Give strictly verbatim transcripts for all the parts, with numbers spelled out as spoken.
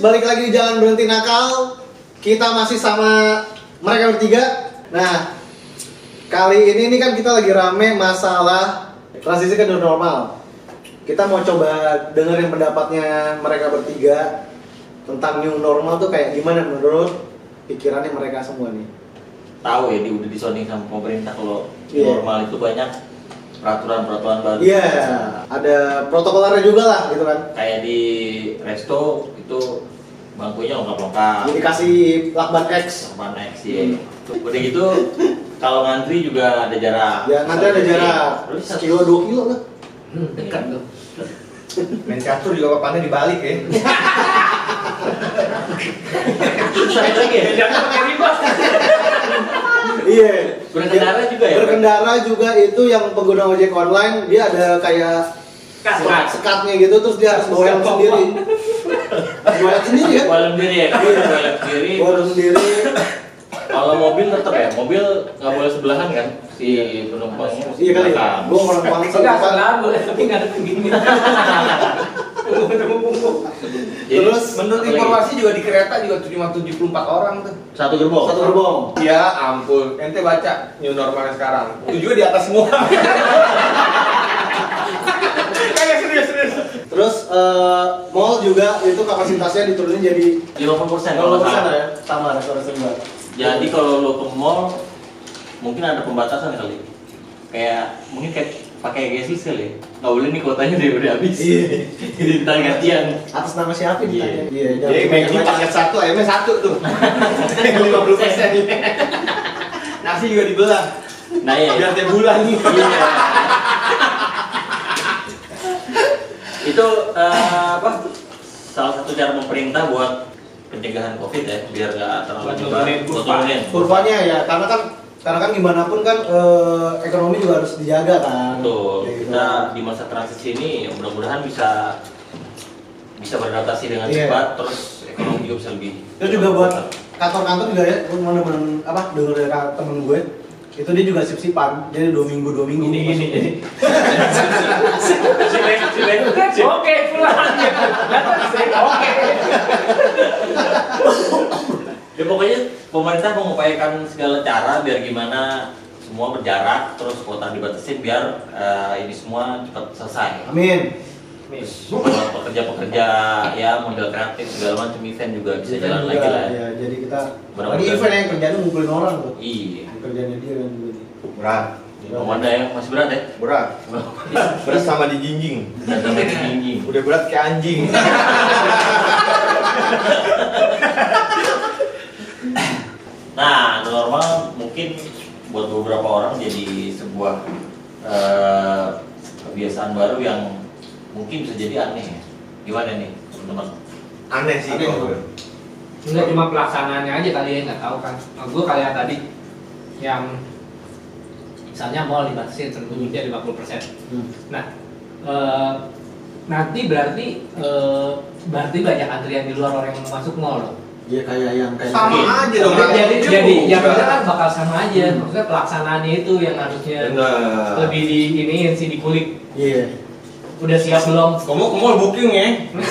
balik lagi di Jangan Berhenti Nakal. Kita masih sama mereka bertiga. Nah, kali ini nih kan kita lagi rame masalah transisi ke new normal. Kita mau coba dengerin pendapatnya mereka bertiga tentang new normal tuh kayak gimana menurut pikirannya mereka semua nih. Tahu ya, di udah disoning sama pemerintah kalau yeah. normal itu banyak peraturan-peraturan baru. Iya, yeah. ada protokolernya juga lah gitu kan. Kayak di resto itu bangkunya lengkap-lengkap. Jadi kasih lakban X. Lakban X ya. Hmm. Udah gitu kalau ngantri juga ada jarak. Ya, ngantri ada jarak. Sekilo dua kilo lah. Hmm, dekat tuh. Main catur juga papannya dibalik ya. Saya lagi ya. Jangan pakai riba. Iya. Berkendara juga ya. Berkendara juga itu yang pengguna ojek online dia ada kayak sekat sekatnya gitu terus dia harus bawa helm sendiri. Bawa helm sendiri ya? Bawa helm sendiri ya. Bawa helm sendiri. Bawa helm sendiri. Kalau mobil tetap ya, mobil nggak boleh sebelahan kan si penumpangnya. Iya kali ya. Gua orang paling enggak sebelahan boleh tapi nggak ada begini. Terus menurut informasi juga di kereta juga cuma tujuh puluh empat orang tuh. Satu gerbong. Satu gerbong. Ya ampun, ente baca new normalnya sekarang. Itu juga di atas semua. Kayak serius serius. Terus uh, mall juga itu kapasitasnya diturunin jadi lima puluh persen. lima puluh persen ya. Sama restoran mbak. Jadi kalau lo ke mall mungkin ada pembatasan kali. Kayak mungkin kayak pakai gasis kali. Nggak boleh nih kuotanya udah udah habis. Iya. Jadi ntar gantian. Atas nama siapa nih? Iya. Iya. Jadi Maggi paket satu, ayamnya satu tuh. lima puluh persen. Nasi juga dibelah. Nah ya. Biar tiap bulan nih. Iya. Itu uh, apa? Salah satu cara pemerintah buat pencegahan COVID ya, biar nggak terlalu nyebar. Turunin. Kurvanya ya, karena kan karena kan gimana pun kan eh, ekonomi juga harus dijaga kan. Betul. Gitu. Kita di masa transisi ini ya mudah-mudahan bisa bisa beradaptasi dengan yeah. cepat, terus ekonomi juga bisa lebih. Terus juga buat kantor-kantor juga ya, gue temen apa denger dari temen gue, itu dia juga sip-sipan, jadi dua minggu dua minggu. Ini ini ini. Silek silek. Oke pulang. Oke. Ya pokoknya pemerintah mengupayakan segala cara biar gimana semua berjarak, terus kuota dibatasin biar uh, ini semua cepat selesai. Amin. Terus buat pekerja-pekerja ya model kreatif segala macam event juga bisa Event jalan juga, lagi lah. Ya, jadi kita Benar-benar. lagi event yang kerjanya ngumpulin orang tuh. Iya. Kerjanya dia kan juga. Berat. Belum ada ya, masih berat ya? Berat. Berat sama dijinjing. Dan sama tinggi. Udah berat kayak anjing. Nah, normal mungkin buat beberapa orang jadi sebuah uh, kebiasaan baru yang mungkin bisa jadi aneh. Gimana nih, teman-teman? Aneh sih Aneh. kalau gue. Enggak cuma pelaksanaannya aja kali ya, nggak tahu kan. Nah, gue kayak tadi yang misalnya mall dibatasi penduduknya lima puluh persen. Hmm. Nah, eh, nanti berarti eh, berarti banyak antrian di luar orang yang mau masuk mall loh. Iya kayak yang kayak Sama gitu. aja dong. Jadi, jadi, juga. jadi yang kita kan bakal sama aja. Maksudnya pelaksanaannya itu yang harusnya Benar. lebih di iniin sih dikulik. Iya. Udah siap belum? Kamu kamu booking ya?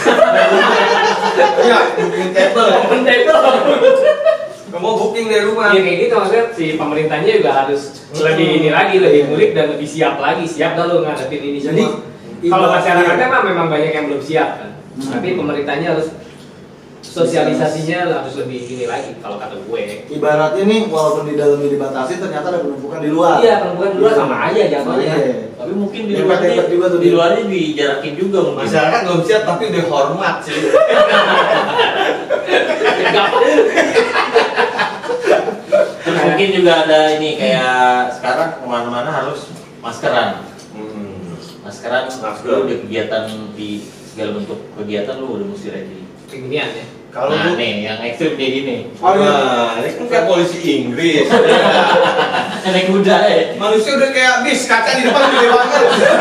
Iya, booking table. Open table. Kamu booking dari rumah. Iya kayak gitu maksudnya si pemerintahnya juga harus lebih ini lagi, lebih ngulik dan lebih siap lagi. Siap dah lu ngadepin ini Jadi, semua. Kalau ibarat- masyarakatnya mah memang banyak yang belum siap kan. Hmm. Tapi pemerintahnya harus sosialisasinya harus lebih ini lagi kalau kata gue. Ibaratnya nih walaupun di dalamnya dibatasi ternyata ada penumpukan di luar. Iya, penumpukan di luar sama aja jatuhnya. Iya. Tapi mungkin di Hebat, luarnya hebat juga tuh di dia. luarnya dijarakin juga mungkin. Masyarakat belum siap tapi udah hormat sih. Enggak apa. Terus mungkin juga ada ini kayak sekarang kemana-mana harus maskeran. Hmm. Maskeran, Masker. lu udah kegiatan di segala bentuk kegiatan lu udah mesti ready. Beginian ya. Kalau Nah lu nih yang ekstrim kayak gini. Wah, ini kan kayak polisi Inggris. Naik kuda ya. Manusia udah kayak bis, kaca di depan gede banget.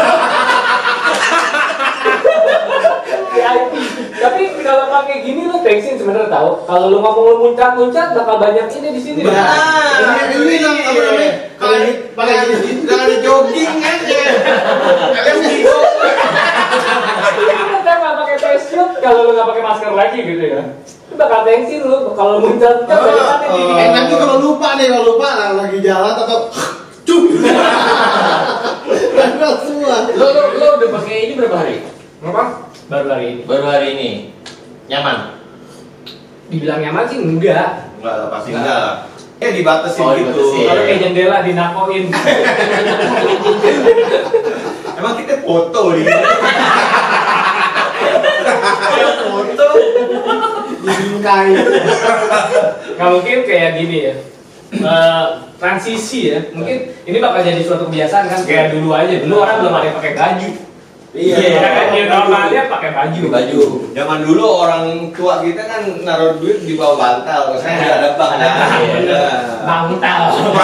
V I P. Tapi kalau pakai gini lu bensin sebenarnya tahu. Kalau lu ngomong lu muncat-muncat bakal banyak ini di sini. Nah, Nah, ini ini yang apa namanya? Kalau ini pakai gini, Jangan ada jogging aja. Kalian sih. Kita nggak pakai P S C Lu kalau lu nggak pakai masker lagi gitu ya, lu bakal tensi lu kalau muncul kan Oh, dari oh. nih. Eh, nanti kalau lupa nih, kalau lupa lah, lagi jalan atau cup. Nempel semua. Lo lo lo udah pakai ini berapa hari? Apa? Baru hari ini. Baru hari ini. Nyaman. Dibilang nyaman sih enggak. Enggak lah, pasti enggak lah. Eh dibatasin Oh, gitu. dibatasin. Kalau kayak jendela dinakoin. Emang kita foto nih. Foto. Dibingkai. Nggak mungkin kayak gini ya. Eh, transisi ya. Mungkin ini bakal jadi suatu kebiasaan kan kayak dulu aja. Dulu orang belum ada yang pakai baju. Iya. Ya kan dia normalnya pakai baju. Baju. Zaman dulu orang tua kita kan naruh duit di bawah bantal. Sekarang udah ada bank. Ada bank, iya. Bantal.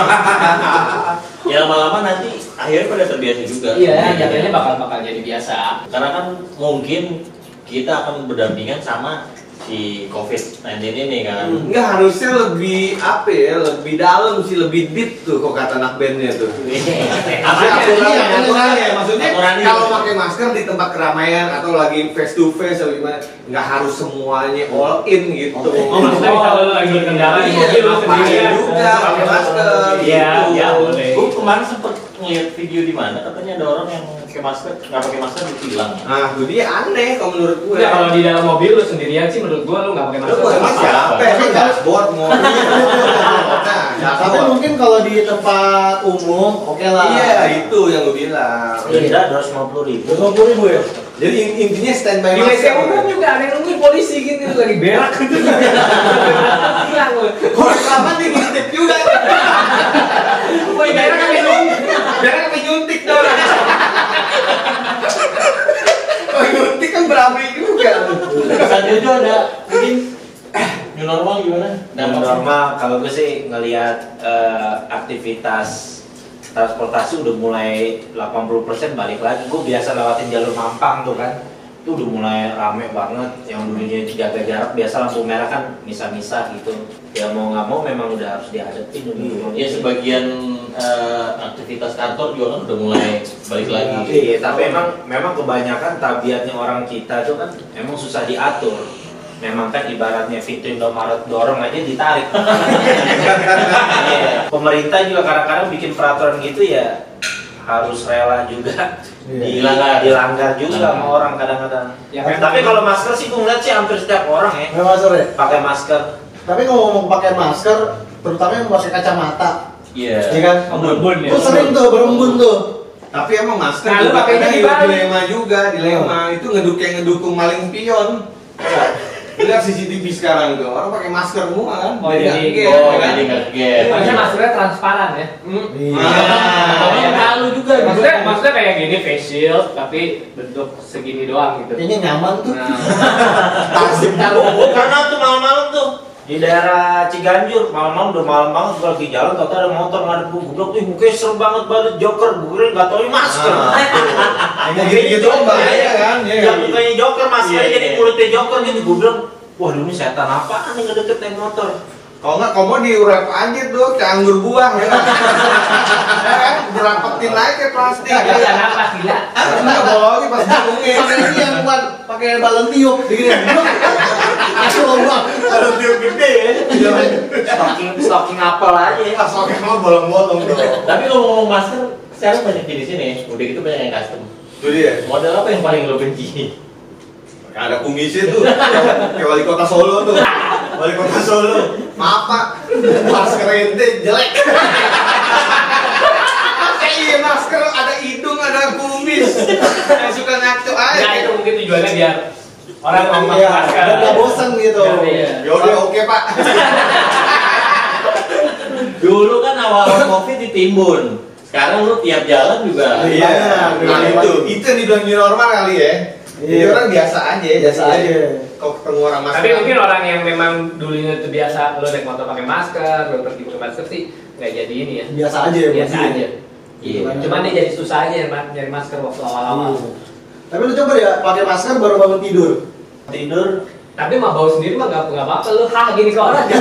Ya lama-lama nanti akhirnya pada terbiasa juga. Iya, jadinya bakal bakal jadi biasa. Karena kan mungkin kita akan berdampingan sama si covid sembilan belas ini kan. Enggak, harusnya lebih apa ya, lebih dalam sih, lebih deep tuh kok kata anak bandnya tuh. Apa Maksudnya ya? aturannya, Iya, aturannya. Maksudnya Aturannya. kalau pakai masker di tempat keramaian atau lagi face to face atau gimana, nggak harus semuanya all in gitu. Oh, maksudnya kalau lu lagi berkendara di Iya, mobil lu pakai sendirian juga pakai masker. Iya, gitu. iya boleh. Gue kemarin sempet ngeliat video di mana katanya ada orang yang pakai masker nggak pakai masker ditilang. Nah, itu dia aneh kalau menurut gue. Enggak, kalau di dalam mobil lu sendirian sih menurut gua lu nggak pakai Lu masker. pakai nggak masker apa-apa. apa? Emang dashboard mobil. Nah, Tapi dashboard. mungkin kalau di tempat umum, oke lah. Iya, itu yang gue bilang. Denda dua ratus lima puluh ribu. Dua puluh ribu ya. Jadi in- intinya standby Di W C masker. umum juga ada yang nungguin polisi gitu lagi berak gitu. Hilang lu. Kok lama nih ngintip juga. Woi, berak kan nyuntik. Berak sampai nyuntik dong. Oh, nyuntik kan berapi juga. Selanjutnya ada mungkin new normal gimana? Dan normal kalau gue sih ngelihat eh, aktivitas transportasi udah mulai delapan puluh persen balik lagi. Gue biasa lewatin jalur Mampang tuh kan, itu udah mulai rame banget. Yang dulunya jaga jarak, biasa lampu merah kan misah-misah gitu. Ya mau nggak mau memang udah harus dihadapin dulu. Ya sebagian eh, aktivitas kantor juga kan udah mulai balik lagi. Iya, tapi emang memang kebanyakan tabiatnya orang kita tuh kan emang susah diatur. Memang kan ibaratnya pintu Indomaret dorong aja ditarik. Iya. Pemerintah juga kadang-kadang bikin peraturan gitu ya harus rela juga Iya. dilanggar, dilanggar juga sama orang kadang-kadang. Ya, kan? Tapi kalau masker sih gue ngeliat sih hampir setiap orang ya Pakai masker ya. pakai masker. Tapi kalau ngomong pakai masker, terutama yang pakai kacamata, Iya. iya kan? Embun-embun ya. Itu sering tuh berembun tuh. Tapi emang masker Nah, lu juga pakainya kadang di ada balik. dilema juga, dilema. Itu ngeduk kayak ngedukung maling pion. Lihat C C T V sekarang tuh, orang pakai masker semua kan. Oh, Dia jadi- nggak Oh, kan? jadi nggak get. Harusnya maskernya transparan ya. Hmm. Iya. Ah. Tapi malu juga. Maksudnya maksudnya kayak gini face shield tapi bentuk segini doang gitu. Kayaknya nyaman tuh. Nah, Tasik taruh. Karena tuh malam-malam tuh di daerah Ciganjur malam-malam udah malam banget gue lagi jalan tau ada motor ngadep gue gue bilang, ih mukanya serem banget banget Joker gue kira nggak tau masker. Yang gitu-gitu kan bahaya kan? Iya, Ya kan? mukanya Joker maskernya Iya, jadi iya. mulutnya Joker gitu gue bilang, wah ini setan apaan nih ngedeket naik motor. Kalau nggak, kamu diurep aja tuh kayak anggur buah ya kan? Ya kan? Dirapetin aja kayak plastik. Gak bisa napas gila. Karena bolongnya pas jantungnya. Pakai ini yang buat pakai balon tiup, begini. Aku buang. Kalau tiup gede ya. Stocking stocking apel aja. Pas pakai mau bolong-bolong tuh. Tapi kalau ngomong masker, sekarang banyak di sini. Udah gitu banyak yang custom. Itu dia. Model apa yang paling lo benci? Ada kumisnya tuh. Kayak wali kota Solo tuh. Wali kota Solo. Maaf Pak, masker ente jelek. Kayak iya masker ada hidung, ada kumis. Yang suka ngaco aja. Nah itu mungkin tujuannya biar orang mau pakai Iya, masker. biar nggak bosan gitu. Iya. Ya udah oke Pak. Dulu kan awal covid ditimbun. Sekarang lu tiap jalan juga. Iya, nah itu itu yang dibilang new normal kali ya. Jadi Iya. orang biasa aja, Biasa aja. Kalau ketemu orang masker. Tapi mungkin orang yang memang dulunya terbiasa lo naik motor pakai masker, lo pergi pakai masker sih nggak jadi ini ya. Biasa aja. Biasa berarti. aja. Iya. Cuman dia jadi susah aja nyari nyari masker waktu awal-awal. Iya. Tapi lu coba ya pakai masker baru bangun tidur. Tidur. Tapi mah bau sendiri mah nggak nggak apa-apa lu hah gini ke orang.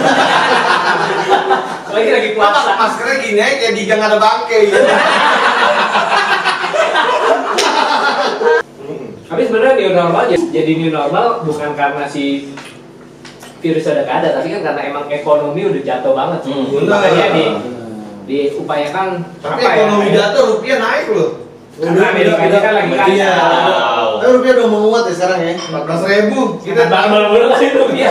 Lagi lagi puasa. maskernya gini aja kayak di gang ada bangke gitu. Tapi Tapi sebenarnya new normal jadi new normal bukan karena si virus udah gak ada, tapi kan karena emang ekonomi udah jatuh banget. Hmm. Makanya di diupayakan Tapi apa ekonomi ya? jatuh, rupiah naik loh. Karena Amerika ini kan lagi kaya. Iya. Tapi rupiah udah mau nguat ya sekarang ya. empat belas ribu. Kita bambal mulu sih rupiah.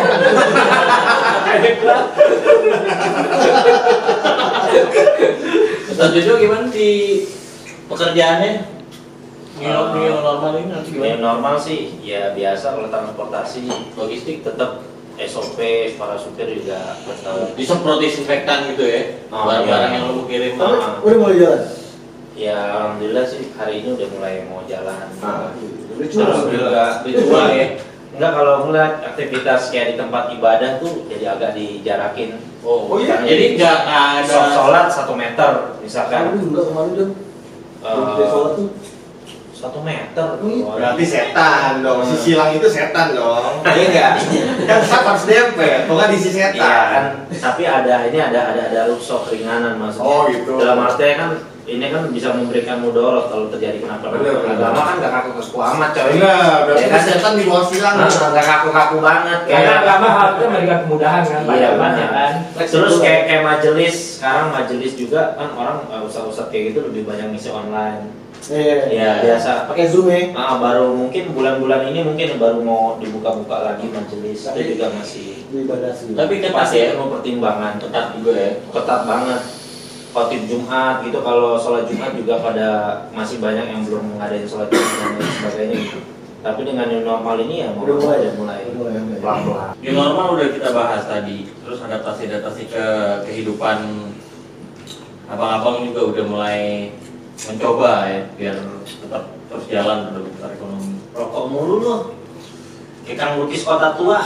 Ustaz Jojo gimana di pekerjaannya? New Uh, new normal ini nanti New gimana? normal sih, ya biasa kalau transportasi Logistik tetap S O P para supir juga tetap. disemprot disinfektan gitu ya? Oh, Barang-barang iya. yang lu kirim. Tapi Ah. udah mulai jalan. Ya alhamdulillah sih hari ini udah mulai mau jalan. Ah. Ritual. Terus juga ritual ya. Enggak, kalau ngeliat aktivitas kayak di tempat ibadah tuh jadi agak dijarakin. Oh, Oh iya? Jadi nggak ada Sholat sholat satu meter misalkan. Kemarin enggak kemarin dong. eh, Udah sholat tuh. Satu meter. Oh, iya. Berarti setan dong, si silang itu setan dong. Iya enggak? Kan tetap harus dempet, bukan di si Iya setan. kan, tapi ada ini ada ada ada rukshoh keringanan maksudnya. Oh, gitu. Dalam artinya kan ini kan bisa memberikan mudorot kalau terjadi kenapa-napa. Bener, bener. Agama kan gak kaku-kaku amat coy. Benar, berarti Ya kan? setan di bawah silang. Nah, gak kaku-kaku banget Karena kayak. agama harusnya memberikan kemudahan kan pada Iya umatnya benar. kan. Terus kayak kayak majelis sekarang majelis juga kan orang uh, ustaz-ustaz kayak gitu lebih banyak ngisi online. Iya. Ya biasa. Pakai Zoom ya. Ah, baru mungkin bulan-bulan ini mungkin baru mau dibuka-buka lagi majelis. Itu Tapi- juga masih Ibadah sih. Tapi ketat pasti ya, penuh pertimbangan. ketat juga ya. Ketat banget. Khotib Jumat gitu, kalau sholat Jumat juga pada masih banyak yang belum ngadain sholat Jumat dan lain sebagainya gitu. Tapi dengan new normal ini ya mau Udah mulai. udah mulai Udah mulai, mulai. pelan-pelan. New normal udah kita bahas tadi. Terus adaptasi-adaptasi ke kehidupan abang-abang juga udah mulai mencoba ya biar tetap terus jalan berputar ekonomi. Rokok mulu loh. Kayak Kang Lukis kota tua.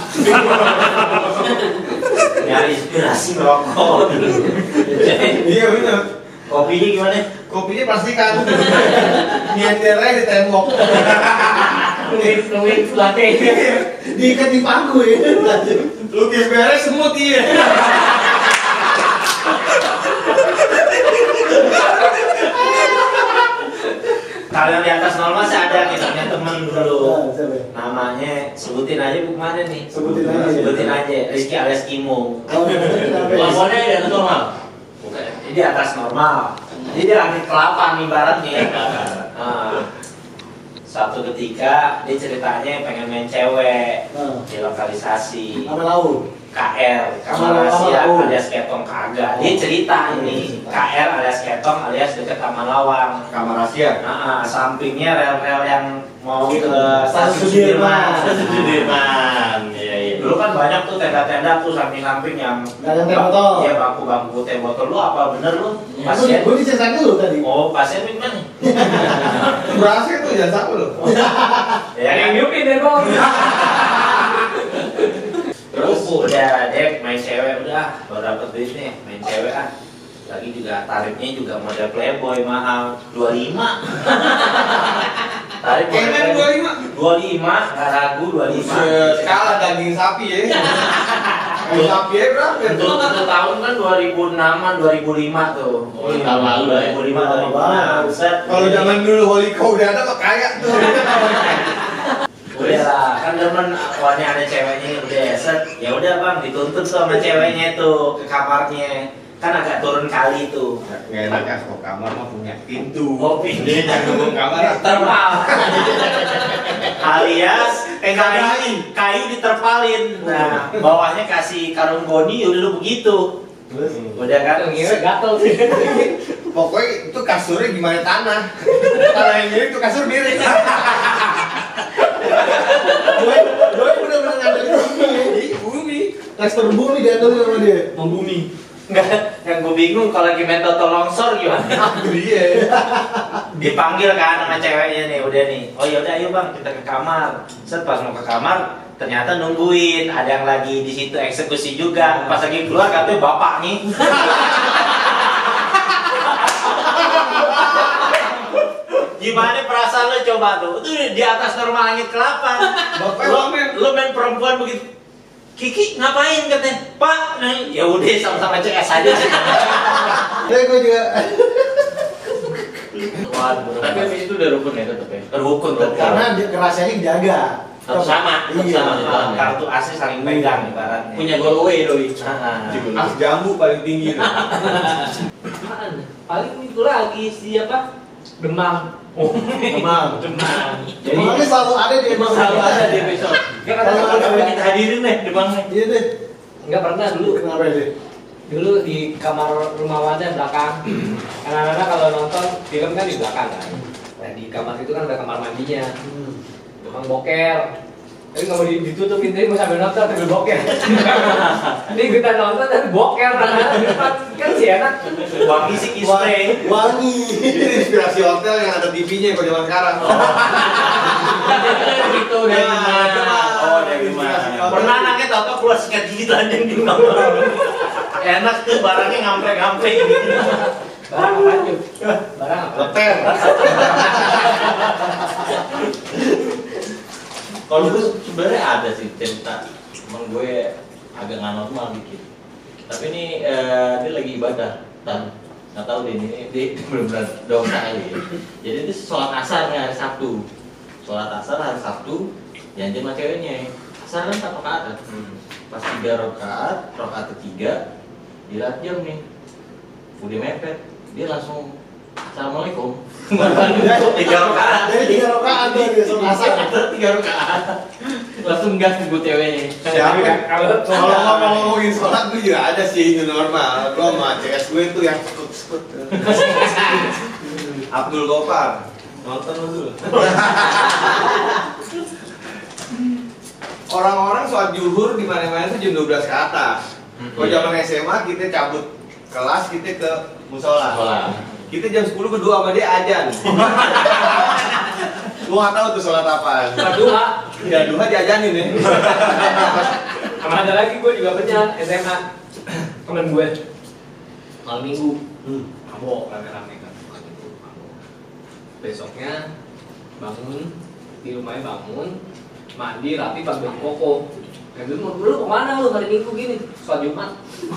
Nyari inspirasi ngerokok. Iya benar. Kopinya gimana? Kopinya pastikan. Nyendernya di tembok. Nungguin nungguin latte. Diikat di paku ya. Lukis beres semut iya. Kalau di atas normal sih ada kita punya temen dulu. Nah, siapa ya? Namanya sebutin aja bu kemana nih? Sebutin aja. Sebutin aja. Rizky alias Kimo. Oh, kenapa ya? Lapornya di atas normal. Bukan. Ini di atas normal. Jadi di langit kelapa nih ibaratnya. Nah, satu ketika dia ceritanya pengen main cewek Nah, di lokalisasi sama lau. K R Sama- Kamarasia sama- alias Ketong kagak. Dia cerita ini K R alias Ketong alias deket Taman Lawang. Kamar rahasia. Nah, sampingnya rel-rel yang mau ke Stasiun Stasiun Sudirman. Sudirman. Sudirman. Iya iya. Dulu kan banyak tuh tenda-tenda tuh samping-samping yang Dagang teh botol. Iya, bangku-bangku teh botol. Lu apa bener lu? Gue Pasien? gue diceritain dulu tadi. Oh, pasien gimana? Rahasia tuh jangan sampai loh. Ya Ada yang kan? nyupin deh bang. Terus udah dek main cewek udah baru dapet duit nih main cewek ah. Lagi juga tarifnya juga model playboy mahal dua puluh lima. Tarif model Kemen dua puluh lima. dua puluh lima, nggak ragu dua puluh lima. Kalah daging sapi ya. Daging sapi ya berapa? Untuk satu tahun kan dua ribu enam-an, dua ribu lima tuh. Oh, tahun lalu dua ya. ribu lima, dua ribu enam. Set. Kalau zaman dulu Holiko udah ada mah kaya tuh. Udah lah, kan demen warnanya ada ceweknya udah set. Ya udah bang, dituntut tuh sama ceweknya tuh ke kamarnya. Kan agak turun kali tuh. Nggak enak ya, kok kamar mah punya pintu. Oh, pintu. Dia jangan ngomong kamar. Terpal. Alias Eh, kayu, nggak kayu diterpalin. Nah, bawahnya kasih karung goni udah lu begitu. Terus? Udah kan? Ngira gatel sih. Pokoknya itu kasurnya gimana tanah. Kalau yang miring itu kasur miring. Gue gue bener-bener ngandelin bumi ya. Di bumi. Tekstur bumi diandelin sama dia. Membumi. Enggak, yang gue bingung kalau lagi main toto longsor gimana? Iya. Dipanggil kan sama ceweknya nih, udah nih. Oh ya udah ayo bang, kita ke kamar. Set pas mau ke kamar, ternyata nungguin ada yang lagi di situ eksekusi juga. Pas lagi keluar katanya bapaknya. Gimana perasaan lo coba tuh? Itu di atas normal langit kelapa. Bapaknya Lo, wamen. lo main perempuan begitu. Kiki ngapain katanya? Pak, nah, ya udah sama-sama C S aja sih. Tapi gue juga Waduh. Tapi itu udah rukun ya tetap ya. Rukun rukun. Karena dia- kerahasiaannya dijaga. Harus sama, harus Iya. sama. Nah, kartu asli saling pegang ibaratnya. Punya gol away doi. Ah. As jambu paling tinggi tuh. Apaan? Paling itu lagi siapa? Demam. Oh, Demam. demam. Jadi Demamnya selalu ada di Emang selalu ada di episode. Ya kata Kalau Kalau ada- kita hadirin deh demangnya. Iya deh. Enggak pernah dulu. Kenapa ya deh? Dulu di kamar rumah Wanda belakang. Anak-anak kalau nonton film kan di belakang kan. Nah, di kamar itu kan ada kamar mandinya. Hmm. Tukang boker. Tapi nggak mau di- ditutup pintunya mau sambil nonton sambil boker. Ini kita nonton tapi boker karena depan kan sih enak. Wangi sih kispray. Wangi. Itu inspirasi hotel yang ada T V-nya kalau zaman sekarang. Gitu dari mana? Oh dari mana? Pernah anaknya tau keluar sikat gigi telanjang di kamar. Enak tuh barangnya ngamprek-ngamprek gitu. Barang apa aja? Barang apa? Leper. Kalau gue sebenarnya ada sih cerita, emang gue agak nggak normal dikit. Tapi ini eh, dia lagi ibadah dan nggak tahu deh ini dia benar-benar dosa kali ya. Jadi dia sholat asar nih hari Sabtu, sholat asar hari Sabtu, janjian sama ceweknya. Asar kan tak rakaat kan? Pas tiga rakaat, rakaat ketiga, dia lihat jam nih, udah mepet, dia langsung assalamualaikum. Tiga rakaat. Jadi tiga rakaat tuh dia suruh asar. Tiga rakaat, langsung gas ke ceweknya. Siapa? Kalau Kalau ngomong-ngomongin sholat gue juga ada sih itu normal. Gue sama C S gue tuh yang skut-skut. Abdul Gopar. Nonton lu dulu. Orang-orang sholat zuhur di mana-mana tuh jam dua belas ke atas. Kalau zaman S M A kita cabut kelas kita ke musola. Sholat. Kita jam sepuluh berdua sama dia ajan. Gua nggak tahu tuh sholat apaan. Kedua, Ya duha diajanin ya. sama ada lagi gue juga pernah S M A. Temen gue malam minggu mabok rame-rame kan. Malam minggu mabok. Besoknya bangun di rumahnya bangun mandi rapi pakai baju koko. Ya dulu lu kemana lu hari minggu gini? Sholat Jumat.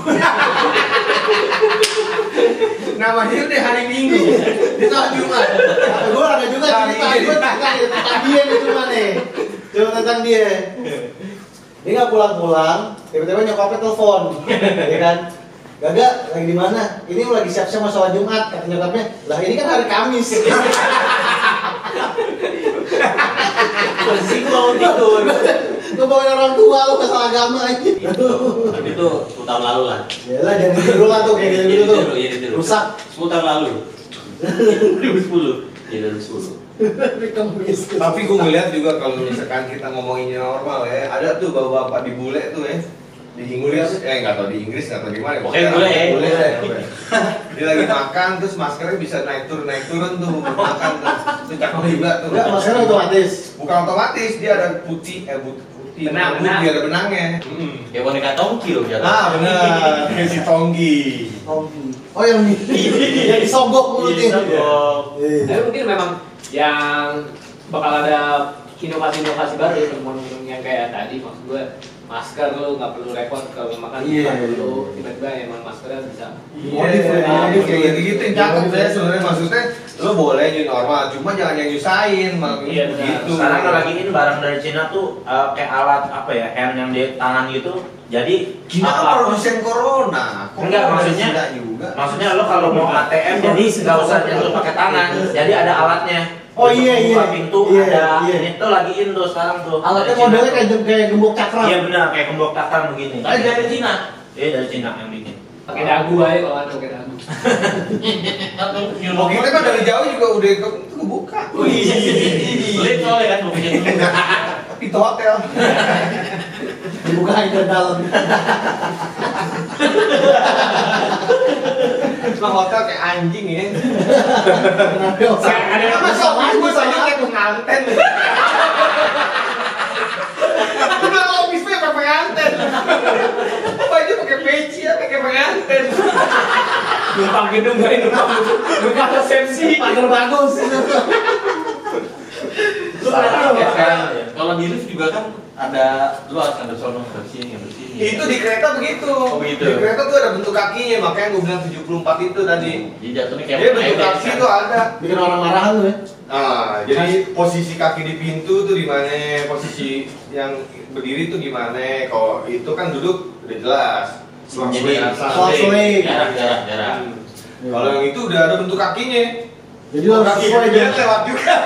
Namanya udah hari Minggu. Di sholat Jumat. Gue ada juga cerita gue tentang tentang dia nih cuma nih. Cuma tentang dia. Dia nggak pulang-pulang, tiba-tiba nyokapnya telepon, ya kan? Gaga lagi di mana? Ini lagi siap-siap mau sholat Jumat, kata nyokapnya. Lah ini kan hari Kamis. Posisi gue bangun tidur. Gue bawain orang tua lu ke salah agama aja. Tapi itu sepuluh tahun lalu lah. Yalah jangan ditiru lah tuh kayak gitu gitu tuh. Iya ditiru. Rusak. sepuluh tahun lalu. dua ribu sepuluh. Iya dua ribu sepuluh. Hari Kamis. Tapi gue ngeliat juga kalau misalkan kita ngomonginnya normal ya, ada tuh bapak-bapak di bule tuh ya. Di Inggris, eh nggak tau di Inggris nggak tau di mana. Pokoknya bule ya. Bule deh. Dia lagi makan terus maskernya bisa naik turun naik turun tuh makan tuh. Itu cakep juga tuh. Enggak, maskernya otomatis. Bukan otomatis, dia ada putih, eh putih, putih, Benang, putih, benang. dia ada benangnya. Ya boneka tongki loh jatuh. Ah benar, kayak si Tonggi. Oh, oh yang di, yang disogok mulutnya. Disogok. Iya. Tapi mungkin memang yang bakal ada inovasi-inovasi baru ya teman yang kayak tadi maksud gue masker lu nggak perlu repot kalau makan Iya. yeah. Dulu tiba-tiba emang maskernya bisa Iya, Modif, kayak gitu-gitu yang cakep ya sebenarnya maksudnya lo boleh new normal, cuma jangan yang nyusahin malah Iya, benar. gitu. Sekarang kalau lagi ini barang dari Cina tuh eh, kayak alat apa ya, hand yang di tangan gitu. Jadi Cina kan apa-apa- produsen corona. Kok Enggak, dari maksudnya- Cina juga. Maksudnya lo kalau mau A T M jadi nggak usah nyentuh pakai tangan, jadi ada alatnya. Oh, Untuk iya, buka iya. pintu Iya, ada. iya. Ini tuh lagi in tuh sekarang tuh. Alatnya Dari Cina modelnya tuh. kayak kayak gembok cakram. Iya benar, kayak gembok takar begini. Tapi dari Cina. Iya dari Cina yang bikin. pakai dagu aja kalau ada pakai dagu. Mau kita kan dari jauh juga udah ke, itu kebuka. Pelit soalnya kan mau bikin. Pintu hotel. Dibukain dari dalam. Cuma hotel kayak anjing ya. Kenapa? Ada yang Masa gue saja kayak penganten. Gue bilang office gue pakai penganten. Baju pakai peci ya pakai penganten. Numpang gedung gak numpang numpang resepsi. Pagar bagus. Lu pernah tahu ya? Sekarang ya. Kalau kalau di lift juga kan ada lu harus ngadep sono, ngadep sini, ngadep sini. Itu di kereta begitu. Oh, begitu. Di kereta tuh ada bentuk kakinya, makanya gue bilang tujuh puluh empat itu tadi. Jadi jatuhnya kayak Dia bentuk meledek, kaki kan? tuh ada. Bikin orang marahan tuh ya. Nah, jadi posisi kaki di pintu tuh di mana, posisi yang berdiri tuh gimana. Kalau itu kan duduk udah jelas. Jadi Swap swing. jarak, jarak, jarak. Hmm. Kalau yang itu udah ada bentuk kakinya. Jadi lo harus Kaki sesuai dia dia. lewat juga.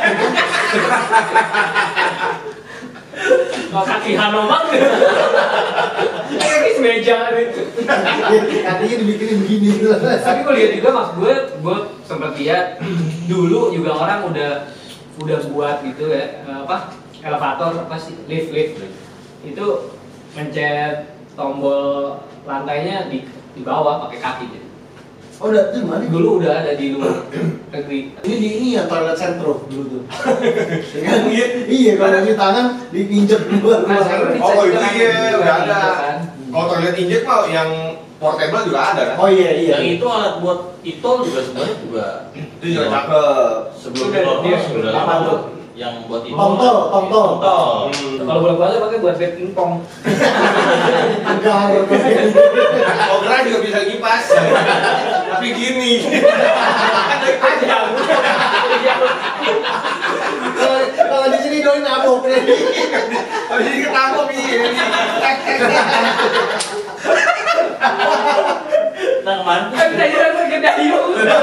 Kalau kaki Hanomang ini semeja gitu. Kakinya dibikinin begini gitu. Tapi gue lihat juga mas gue, gue sempat lihat dulu juga orang udah udah buat gitu ya apa elevator apa sih lift lift itu mencet tombol lantainya di di bawah pakai kaki gitu. Oh udah itu mana? Dulu udah ada di luar negeri. Ini di ini ya toilet sentro dulu tuh. Ya kan? Iya kalau cuci tangan dipinjek dulu. Nah, sekarang di- Oh itu Kan iya gitu udah kan, ada. gitu kan. Kalau toilet injek mah yang portable juga ada kan? Oh iya iya. Yang itu alat buat itol juga sebenarnya juga Itu juga cakep. sebelum Udah, normal dia sudah apa lama tuh? yang buat itol. Tongtol, tongtol. Tongtol. Hmm. Kalau bola bola pakai buat bed pingpong. Tegang. Oh keren juga bisa kipas. Tapi gini. Aja. Kalau kalau di sini doi nabok nih. Habis ini ketangkep iya. Nah kemarin tuh, Kan kita jalan bergeda yuk.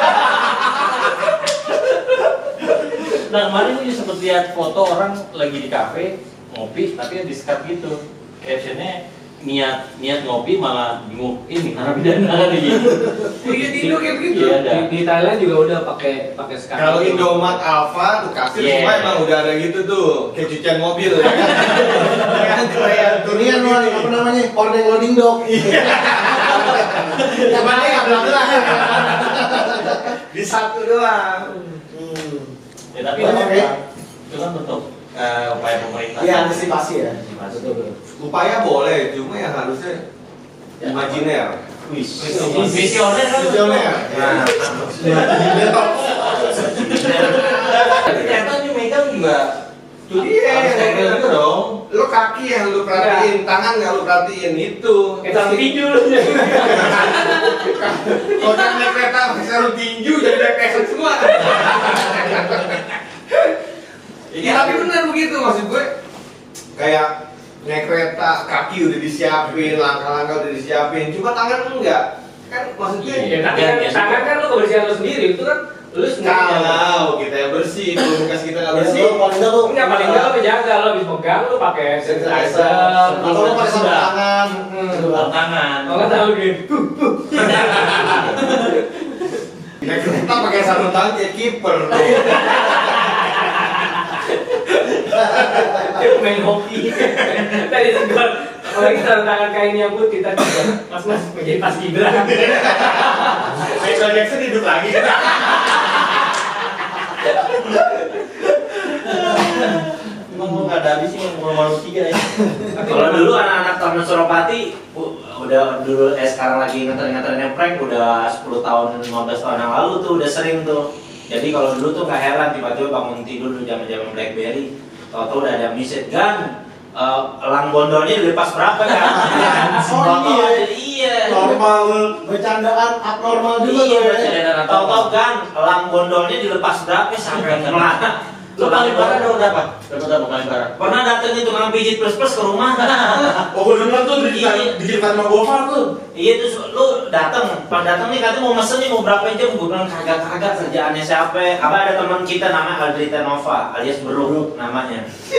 nah kemarin tuh sempat lihat foto orang lagi di kafe ngopi tapi di skat gitu. Captionnya niat niat ngopi malah bingung ini narapidana kayak gitu. Iya di Indo kayak begitu. Iya ada. Di, di Thailand juga udah pakai pakai sekarang. Kalau Indomaret Alfa tuh kasir Yeah. semua emang udah ada gitu tuh, kayak cucian mobil ya kan. Kan keren tuh. Ini kan lo apa namanya? Ordeng loading dock. Yang mana ya belakang. Di satu doang. Hmm. Ya tapi Oke. itu kan- itu kan bentuk eh, upaya pemerintah. Iya antisipasi ya. Antisipasi. Betul. Upaya boleh, cuma yang harusnya imajiner. Wis. Visioner kan. Visioner. Nah, tapi ternyata ini megang juga Itu dia. harus kayak gitu dong. Lo kaki yang lu perhatiin, tangan nggak lu perhatiin itu. Kayak saling tinju lu. Kalau yang naik kereta bisa lu tinju jadi naik pesek semua. Ya tapi benar begitu maksud gue. Kayak naik kereta kaki udah disiapin, langkah-langkah udah disiapin, cuma tangan enggak. Kan maksudnya Ya, tapi kan, tangan kan lu kebersihan lu sendiri itu kan lu sendiri. kalau kita yang bersih, kalau bekas kita nggak bersih. Lo paling enggak lo. Enggak paling enggak lu jaga lo habis pegang lu pakai sanitizer. Atau lo pakai sarung tangan. Sarung tangan. Kalau nggak tahu gitu. Naik kereta pakai sarung tangan kayak kiper. Main hoki. Tadi tegur. Apalagi sarung tangan kainnya putih tadi mas mas menjadi pas gibran. Michael Jackson hidup lagi. Emang lu nggak ada habisnya malu-malu tiga ya. Kalau dulu anak-anak Taman Suropati u- udah dulu eh sekarang lagi nganter-nganterin yang prank udah sepuluh tahun lima belas tahun yang lalu tuh udah sering tuh. Jadi kalau dulu tuh gak heran tiba-tiba bangun tidur dulu zaman-zaman BlackBerry, tahu-tahu udah ada message gan eh, elang bondolnya dilepas berapa kan? Oh, Tahu-tahu iya. ada, iya. Normal. Bercandaan abnormal juga Iya, tuh ya. bercandaan. Tahu-tahu kan elang bondolnya dilepas berapa sampai melana. Lu paling parah dong dapat? Dapat apa paling parah? Pernah datengin tukang pijit plus-plus ke rumah. Oh bener tuh Iya. dikirim sama Gofar tuh. Iya terus lu datang, pas datang nih katanya mau mesen nih mau berapa jam, gue bilang kagak-kagak kerjaannya siapa? Apa ada teman kita namanya Aldrita Nova alias Beruk namanya.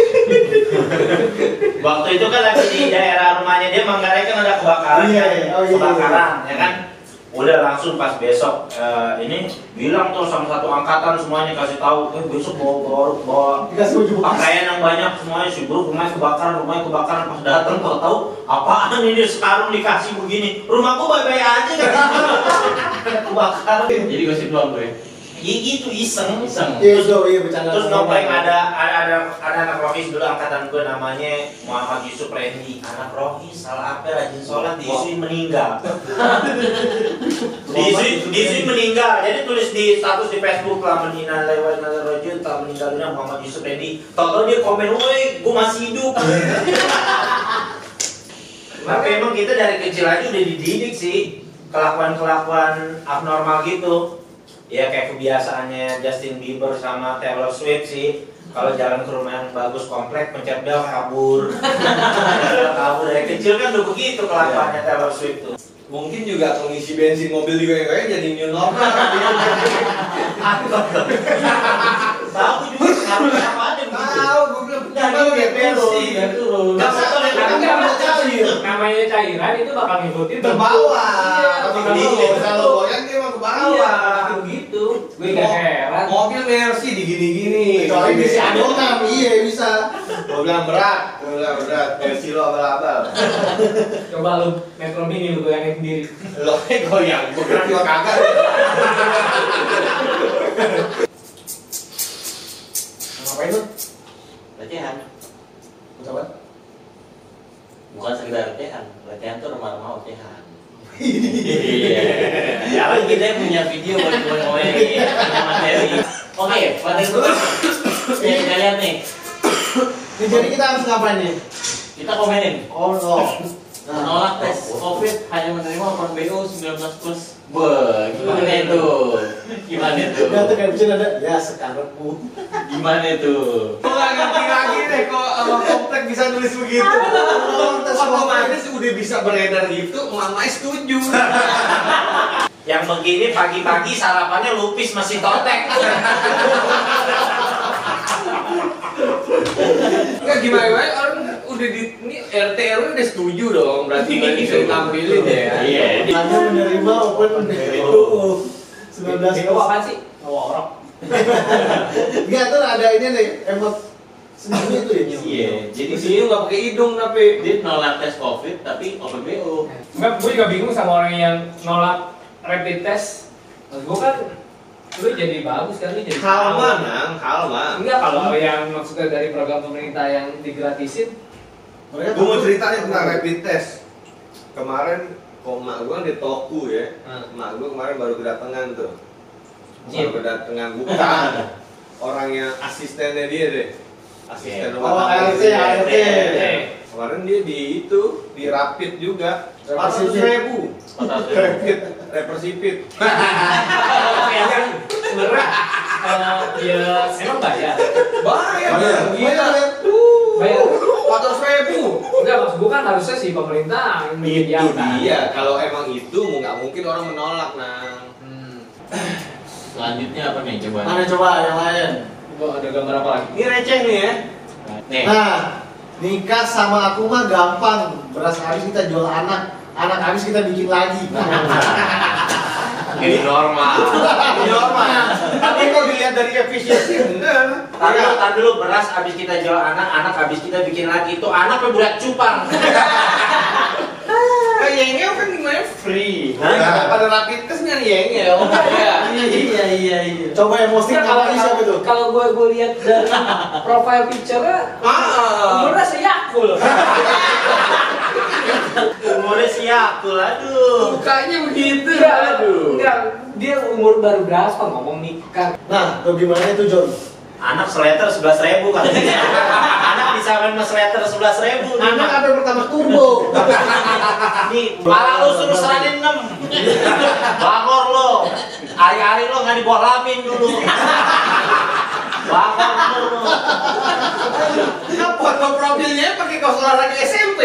Waktu itu kan lagi di daerah rumahnya dia Manggarai kan ada kebakaran, Iya, kan? iya. Oh, iya, kebakaran, ya kan? Udah langsung pas besok eh, ini bilang tuh sama satu angkatan semuanya kasih tahu, eh besok bawa bawa, bawa Dikasih baju bekas. pakaian yang banyak semuanya si bro rumahnya kebakaran rumahnya kebakaran pas datang kau tahu apaan ini sekarang dikasih begini rumahku baik-baik aja kan kebakaran Jadi gosip doang gue. ya gitu iseng Iseng. Iya, so, iya bercanda. terus nopreng ada ada ada ada anak rohis dulu angkatan gue namanya Muhammad Yusuf Randy anak rohis salah apa rajin sholat diisuin meninggal Dizi, Dizi meninggal, jadi tulis di status di Facebook lah meninggal lewat Rojul telah meninggal dunia Muhammad Yusuf Randy. Tahu dia komen, woi, gue masih hidup. Tapi emang kita dari kecil aja udah dididik sih kelakuan-kelakuan abnormal gitu. Ya kayak kebiasaannya Justin Bieber sama Taylor Swift sih. Kalau jalan ke rumah yang bagus komplek, pencet bel kabur. Kabur dari kecil kan udah begitu kelakuannya Taylor Swift tuh. Mungkin juga pengisi bensin mobil juga yang kayak jadi new normal kan. Tahu juga sekarang apa aja Tahu, gue bilang Nah, gimana dia ya bensin. dia turun. Nggak usah Namanya nggak usah cair. namanya cairan itu bakal ngikutin Ke bawah. Iya, Tapi bakal kalau ngikutin. kalau goyang dia emang ke Iya, bawah. gitu. Gue gak heran. Mobil Mercy digini-gini. Kecuali bisa adonan, iya bisa. Gue bilang berat, gue bilang berat. Mercy lo abal-abal. Coba lu Metro Mini lu goyangin sendiri. Lo goyang, gue kira juga kagak. Ngapain lu? Latihan. Coba. Bukan sekedar latihan, latihan tuh remah-remah latihan. Iya. Kalau kita punya video buat ngomongin punya materi. Oke, materi dulu. Ya, kita lihat nih. Ini jadi kita harus ngapain nih? Kita komenin. Oh no. Menolak tes COVID hanya menerima orang B O sembilan belas plus. Wah, gimana itu? Gimana itu? Udah tuh kayak bisa ada. Ya sekarangmu. Gimana itu? Gue gak ngerti lagi deh kok sama komplek bisa nulis begitu. Otomatis udah bisa beredar gitu, mama setuju. Yang begini pagi-pagi sarapannya lupis masih totek. Enggak gimana gimana orang udah di ini R T R W udah setuju dong, berarti nggak bisa ditampilin ya. Iya. Hanya menerima open B O sembilan belas Itu apaan sih? Oh, orang. Enggak tuh ada ini nih emot sendiri itu ya. Iya. Jadi Di sini nggak pakai hidung tapi. dia nolak tes COVID tapi open B O. Enggak, gue juga bingung sama orang yang nolak rapid test. Gue kan, lu jadi bagus kan, lu jadi Halma, nang, halma. Enggak, kalau yang maksudnya dari program pemerintah yang digratisin. Mereka Gue mau takut. ceritanya tentang rapid test. Kemarin, kok mak gue di Toku ya, Hmm. mak gue kemarin baru kedatangan tuh. Iya. Baru kedatangan bukan orang yang asistennya dia deh, asisten Oke. rumah Oh, tangga A R T, dia. A R T. Eh, Kemarin dia di itu, di rapid juga, empat ratus Represipit. ribu. Rapid, represipit. sebenarnya kalau dia emang bayar. Bayar, Bayar. gila. Bayar. Bayar. empat ratus ribu. Enggak, maksud gue kan harusnya si pemerintah yang Itu menyediakan. dia, kalau emang itu mau nggak mungkin orang menolak, nang. Hmm. Selanjutnya apa nih coba? Mana coba yang lain? Gua ada gambar apa lagi? Ini receh nih ya. Nih. Nah, nikah sama aku mah gampang. Beras habis kita jual anak, anak habis kita bikin lagi. Ini normal. Ini normal. Tapi kalau dilihat dari efisiensi bener. Tadi dulu, tadi dulu beras habis kita jual anak, anak habis kita bikin lagi itu anak apa budak cupang. Kayak yengel kan gimana free. Hah? Nah, pada rapid test kan yengel. Iya. Iya iya iya. Coba yang posting Nggak, kalau namanya siapa tuh? kalau gue gue lihat dari profile picture-nya Ah. umurnya seyakul. Umurnya siakul, aduh. Mukanya begitu. Enggak, enggak, dia umur baru berapa ngomong nikah. Nah, tuh gimana itu John? Anak seleter sebelas ribu katanya. Anak bisa main mas seleter sebelas ribu. Anak apa yang pertama turbo? Nih, malah lu suruh seranin enam. Bangor lo. Hari-hari lo nggak di bawah lamin dulu. Bangor lo. Nah, foto profilnya pakai kaos olahraga S M P.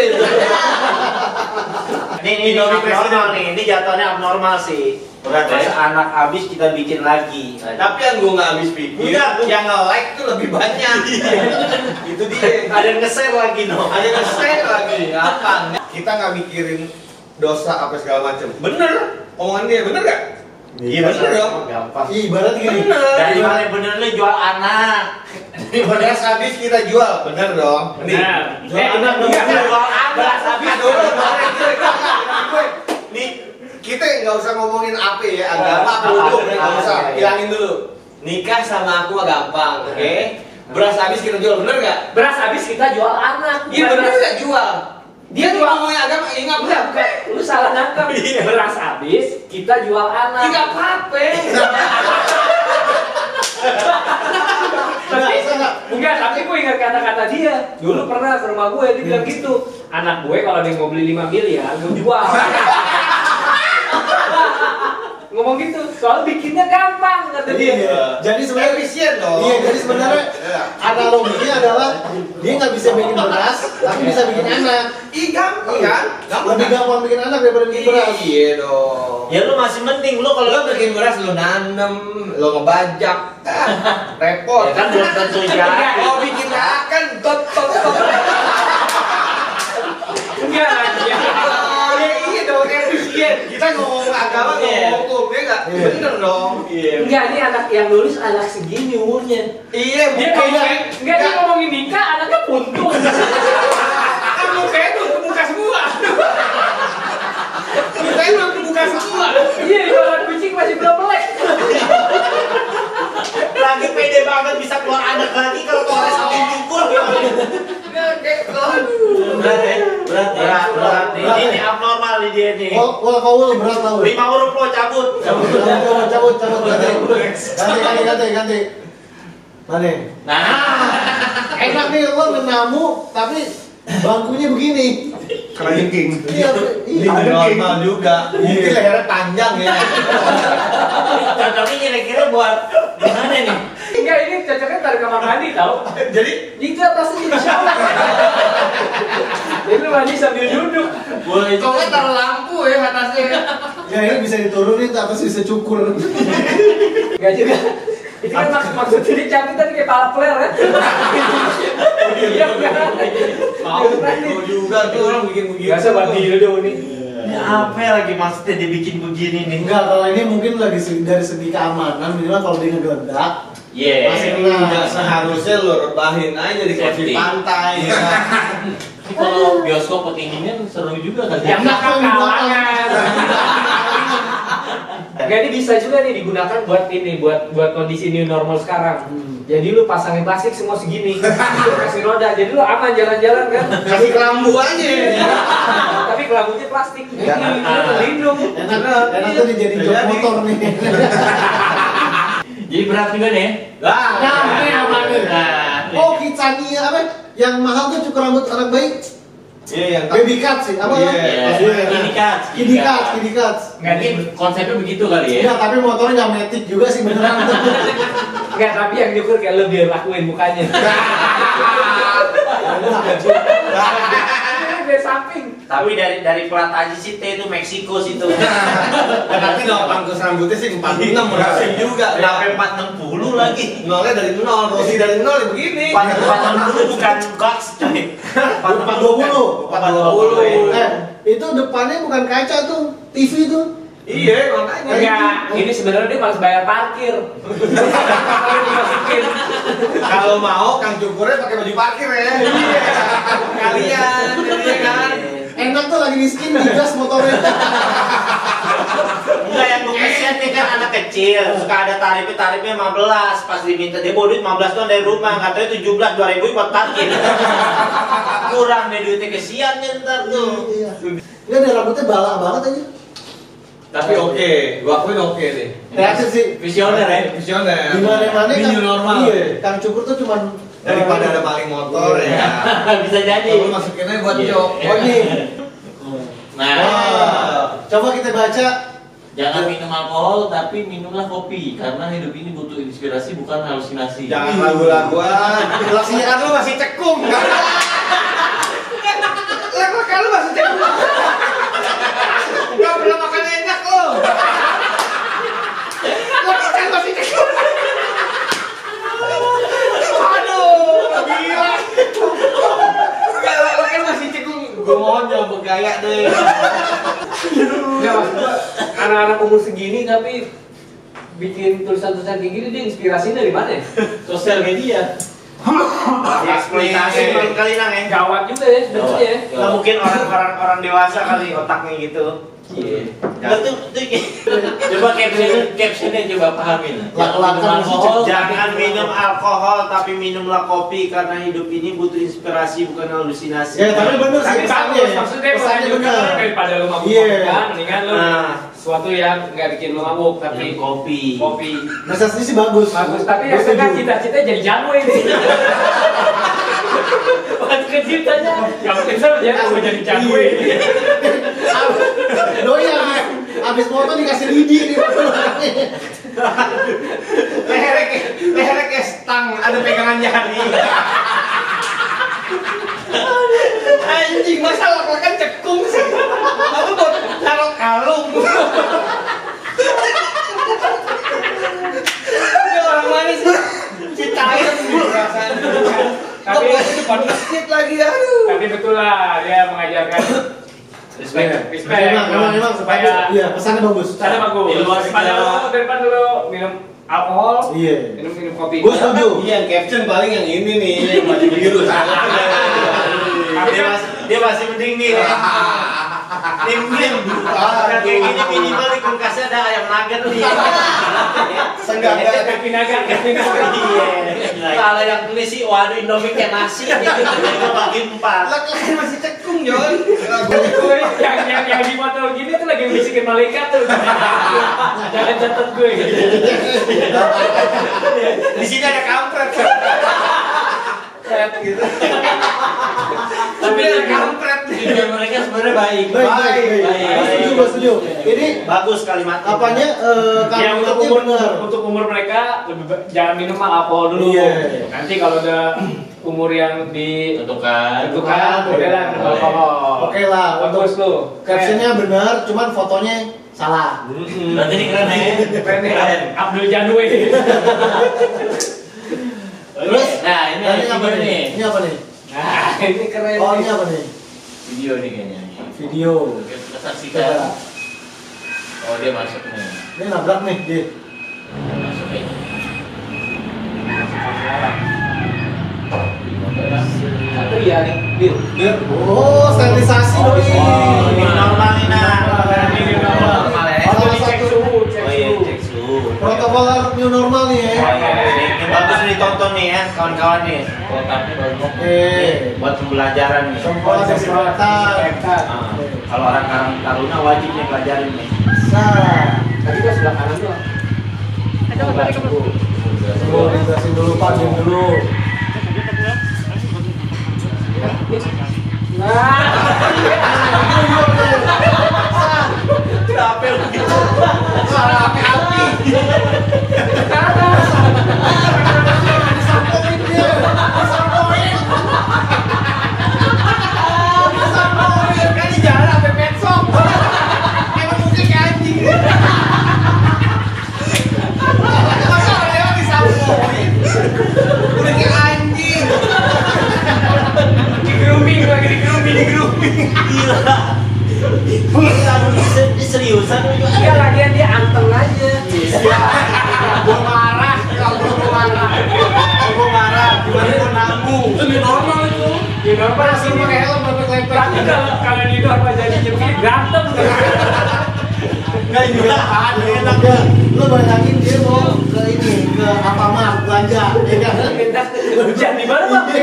Ini ini abnormal nih. Ini jatuhnya abnormal sih. Terus anak habis kita bikin lagi. Tapi yang gue nggak habis pikir, Enggak. yang nge-like tuh lebih banyak. Itu dia. Ada yang nge-share lagi no. Ada yang nge-share lagi. Apa? Kita nggak mikirin dosa apa segala macam. Bener. Omongan dia bener gak? Iya bener dong. Gampang. Ih, ibarat gini. Bener. Dari mana bener lu jual anak. Ini beras habis kita jual, bener dong. Nih, Jual Eh, anak dong. iya, Jual anak. beras habis dulu. Kemarin gue, nih kita nggak usah ngomongin apa ya, agama apa hukum, nggak usah. Hilangin dulu. Nikah sama aku mah gampang, oke? Beras habis kita jual, bener nggak? Beras habis kita jual anak. Iya bukan bener beras- nggak jual? Dia Dia jual ngomongin agama, ya nggak enggak, apa-apa. bukan. Lu salah nangkep. Beras habis, kita jual anak. Ya nggak apa-apa. Tapi enggak, tapi gue ingat kata-kata dia. Dulu pernah ke rumah gue, dia bilang gitu. Anak gue kalau dia mau beli lima miliar, gue jual. Ngomong gitu, soal bikinnya gampang kata dia. Iya. Jadi sebenarnya Efisien dong. Iya, jadi sebenarnya analoginya adalah dia nggak bisa bikin beras, tapi bisa bikin anak. Ih gampang kan? Gampang Lebih kan? gampang bikin anak daripada bikin beras. Iya dong. Ya lu masih mending lu kalau Kalau lo bikin beras lo nanem, lo ngebajak, ah, repot. ya kan belum tentu jadi. Oh bikin akan tot tot tot. Enggak lagi. Ya iya dong efisien. Kita ngomong agama ngomong hukum ya nggak? Iya. Bener dong. Enggak, ini anak yang nulis anak segini umurnya. Iya Dia bukan. ngomongin, enggak dia ngomongin nikah, anaknya puntung. Kan mukanya tuh kebuka semua. Mukanya belum kebuka semua. Iya, di bawah kucing masih belum melek. Lagi pede banget bisa keluar anak lagi kalau keluar sampai cukur. Nggak kayak Berat ya? Berat ya? Berat, berat. Ini, ini abnormal nih dia nih. Wal wal kaul berat tau. Lima huruf lo cabut. Cabut, cabut, cabut, cabut, ganti, ganti, ganti, ganti, ganti. Mana? Nah, Enak nih lo menamu, tapi bangkunya begini. kerajeng. Iya, iya. Ini normal juga. Mungkin lehernya panjang ya. Cocoknya kira-kira buat gimana nih? Enggak, ini cocoknya dari kamar mandi tau. Jadi Itu atasnya jadi shower. Jadi lu mandi sambil duduk. boleh kalau nggak taruh lampu ya atasnya. Ya ini bisa diturunin, atas bisa cukur. Enggak juga. Itu kan maksud maksudnya dia cantik tadi kayak pala flare ya. Iya enggak. Mau mau juga tuh orang bikin begitu. Biasa buat dildo nih. Ini apa ya lagi maksudnya dibikin begini nih? Enggak, kalau ini mungkin lagi se- dari segi keamanan, minimal kalau dia ngegeledak, Iya. Masih Enggak seharusnya lo rebahin aja di kursi Safety. pantai. Ya. Tapi kalau bioskop petingginya seru juga kan? Yang belakang kalangan. Enggak, ini bisa juga nih digunakan buat ini, buat buat kondisi new normal sekarang. Jadi lu pasangin plastik semua segini, lu kasih roda, jadi lu aman jalan-jalan kan. Kasih kelambu aja. Tapi kelambunya plastik, jadi Ya, lu terlindung. enak, enak tuh dijadiin jok Jadi. motor nih. Jadi berat juga nih. Lah, Nah, ini apa nih? Nah, Oh, Kitsania apa? Yang mahal tuh cukur rambut anak bayi. iya yang Baby cut sih, apa? Iya. ya, ini kan. Kiddy cut, kiddy cut. Nggak, mungkin konsepnya begitu kali ya. Iya, tapi motornya nggak metik juga sih beneran. Enggak, tapi yang nyukur kayak lu biar lakuin mukanya. Dari samping. Tapi dari dari plat aja sih T itu Meksiko situ. tapi nol pangkus rambutnya sih empat puluh enam berhasil juga. Kenapa empat enam puluh lagi? Nolnya dari nol, Rosi dari nol ya begini. Empat enam puluh bukan box coy. empat dua puluh. empat dua puluh. Eh, itu depannya bukan kaca tuh, T V tuh. Iya, makanya. Enggak, ini sebenarnya dia malas bayar parkir. Kalau dimasukin. Kalau mau Kang Cukurnya pakai baju parkir ya. Iya. Kalian, iya kan. Enak tuh lagi miskin digas motornya. Enggak, yang gue kasihan nih kan anak kecil suka ada tarifnya tarifnya lima belas pas diminta dia bawa duit lima belas doang dari rumah katanya tujuh belas dua ribu buat parkir. Kurang deh duitnya kesian nih ntar tuh. Iya. Dia ada rambutnya balak banget aja. Tapi oke, gua akuin oke nih. Reaksi sih. Visioner ya. Visioner. Di mana-mana Ini kan. new normal. Iya, Kang Cukur tuh cuman Daripada ada maling motor ya. Bisa jadi. Kalau masukinnya buat Iya. jok. Oh ini. Nah, Wah. Coba kita baca. jangan minum alkohol tapi minumlah kopi karena hidup ini butuh inspirasi bukan halusinasi. Jangan lagu-laguan. Jelasnya kan lu masih cekung. Lagu kan lu masih cekung. Gak pernah makan enak lo. Lagu kan masih cekung. Aduh, gila. Gak, lagu kan masih cekung. Gue mohon jangan bergaya deh. Enggak, maksud gua anak-anak umur segini tapi bikin tulisan-tulisan kayak gini dia inspirasinya dari mana ya? Sosial media. Eksploitasi Nih. kali nang ya. Gawat juga ya sebenarnya ya. Nggak mungkin orang-orang orang dewasa kali otaknya gitu. Iya. Betul, betul. Coba captionnya, captionnya coba pahamin. Lak-lakan alkohol. Jangan minum alkohol tapi minumlah kopi karena hidup ini butuh inspirasi bukan halusinasi. Ya, tapi bener sih Tapi pesannya. bagus, maksudnya Pesannya menunjukkan bener. daripada lu mabuk Iya. kan, mendingan lu Nah. sesuatu yang nggak bikin lu mabuk tapi Minum kopi. kopi. Message sih bagus. Bagus, tapi Gua ya kan setuju. cita-cita jadi jagoan ini. Waktu kecil tanya, yang kecil ya mau jadi jagoan. Doi abis, abis foto dikasih lidi nih. Lehernya kayak lehernya kayak stang, ada pegangan jari. Anjing, masa lak-lakan cekung sih? Apa buat taruh kalung? Ini orang mana sih? Citain dulu rasanya. Tapi Tapi depan masjid lagi, aduh. tapi betul lah dia mengajarkan Respect. respect. Memang, memang, memang supaya iya, pesannya bagus. sana bagus. Di luar Daripada segala- lu daripada lu minum alkohol, Iya. minum minum kopi. Gue setuju. Iya, caption paling yang ini nih, yang baju biru. Tapi Dia kan masih, dia masih mending nih. Nim nim. Udah kayak gini minimal di kulkasnya ada ayam nugget nih. Seenggaknya kopi naga, kopi naga. Iya. Kalau yang tulis sih waduh Indomie kayak nasi gitu. Dia bagi empat. lak-lakan masih cekung, Jon. Gue yang yang yang di foto gini tuh lagi bisikin malaikat tuh. Jangan catat gue gitu. Di sini ada kampret. Set gitu. Tapi ada kampret. Tujuan mereka sebenarnya baik. Baik, baik, baik. Baik. Gue setuju, gue setuju. Ini Bagus kalimat. apanya eh Ya untuk kalimatnya umur bener. untuk umur mereka lebih ba- jangan minum alkohol dulu. Iya. Nanti kalau udah umur yang Tentukan. ditentukan, udah lah minum alkohol. Oke lah, Bagus lu. captionnya bener, cuman fotonya salah. Berarti ini keren ya. Keren nih, Abdul Janwe. Terus, Nah, ini nah, ini video apa nih? nih. Ini apa nih? Nah, ini keren. Oh, nih. ini apa nih? Video nih kayaknya. Video. Oke, kita Coba. saksikan. Oh, dia masuk nih. Ini nabrak nih, dia. Dia masuk nih. Satu ya nih, Bil. Dia Oh, sterilisasi Oh, doi. Oh, ini normal nih nah. Ini normal. Normal ya. Oh, Salah dicek satu- suhu, cek Oh iya, suhu. cek suhu. Protokol new normal nih ya. Oh, iya. Ini, ini bagus nih ditonton nih ya kawan-kawan nih. Kotaknya baru mau. Oke. Buat pembelajaran nih. Semprot desinfektan. Desinfektan. Ah, kalau orang Karang Taruna wajib nih pelajarin nih. Nah, Tadi gua sebelah kanan doang. Ada apa lagi? dulu jelasin dulu, Pak, diam dulu. Nah, capek lagi. Salah api-api. Disampoin dia, disampoin. Disampoin. Kan di jalan sampai pet shop. Emang mungkin kayak anjing. Masa orang disampoin? Udah kayak anjing. di grooming lagi di grooming di grooming. Gila. Gila, ini seriusan lu. Iya lagian dia anteng aja. Gua marah. Kalau gua marah. Gua marah. Gimana gua nanggung? Itu normal itu. Di normal Masih pakai helm sampai kelempar. Tapi kalau kalau di normal jadi nyepit berantem. Enggak juga ada enak. Ya, lu bayangin dia mau ke ini, ke Alfamart belanja, ya kan? Hujan di mana bang?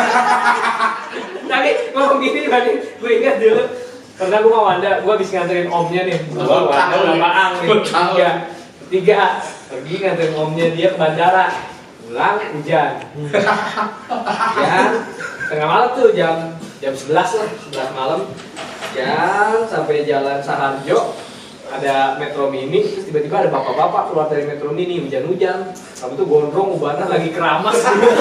Tapi ngomong gini tadi, gue ingat dulu pernah gue mau Wanda, gue habis nganterin omnya nih, Betul. Wanda udah Maang nih, Betul. tiga, tiga, pergi nganterin omnya dia ke bandara, pulang hujan, ya, tengah malam tuh jam jam sebelas lah, sebelas malam, jam sampai jalan Saharjo, ada metro mini, terus tiba-tiba ada bapak-bapak keluar dari metro mini hujan-hujan, kamu tuh gondrong ubanan lagi keramas.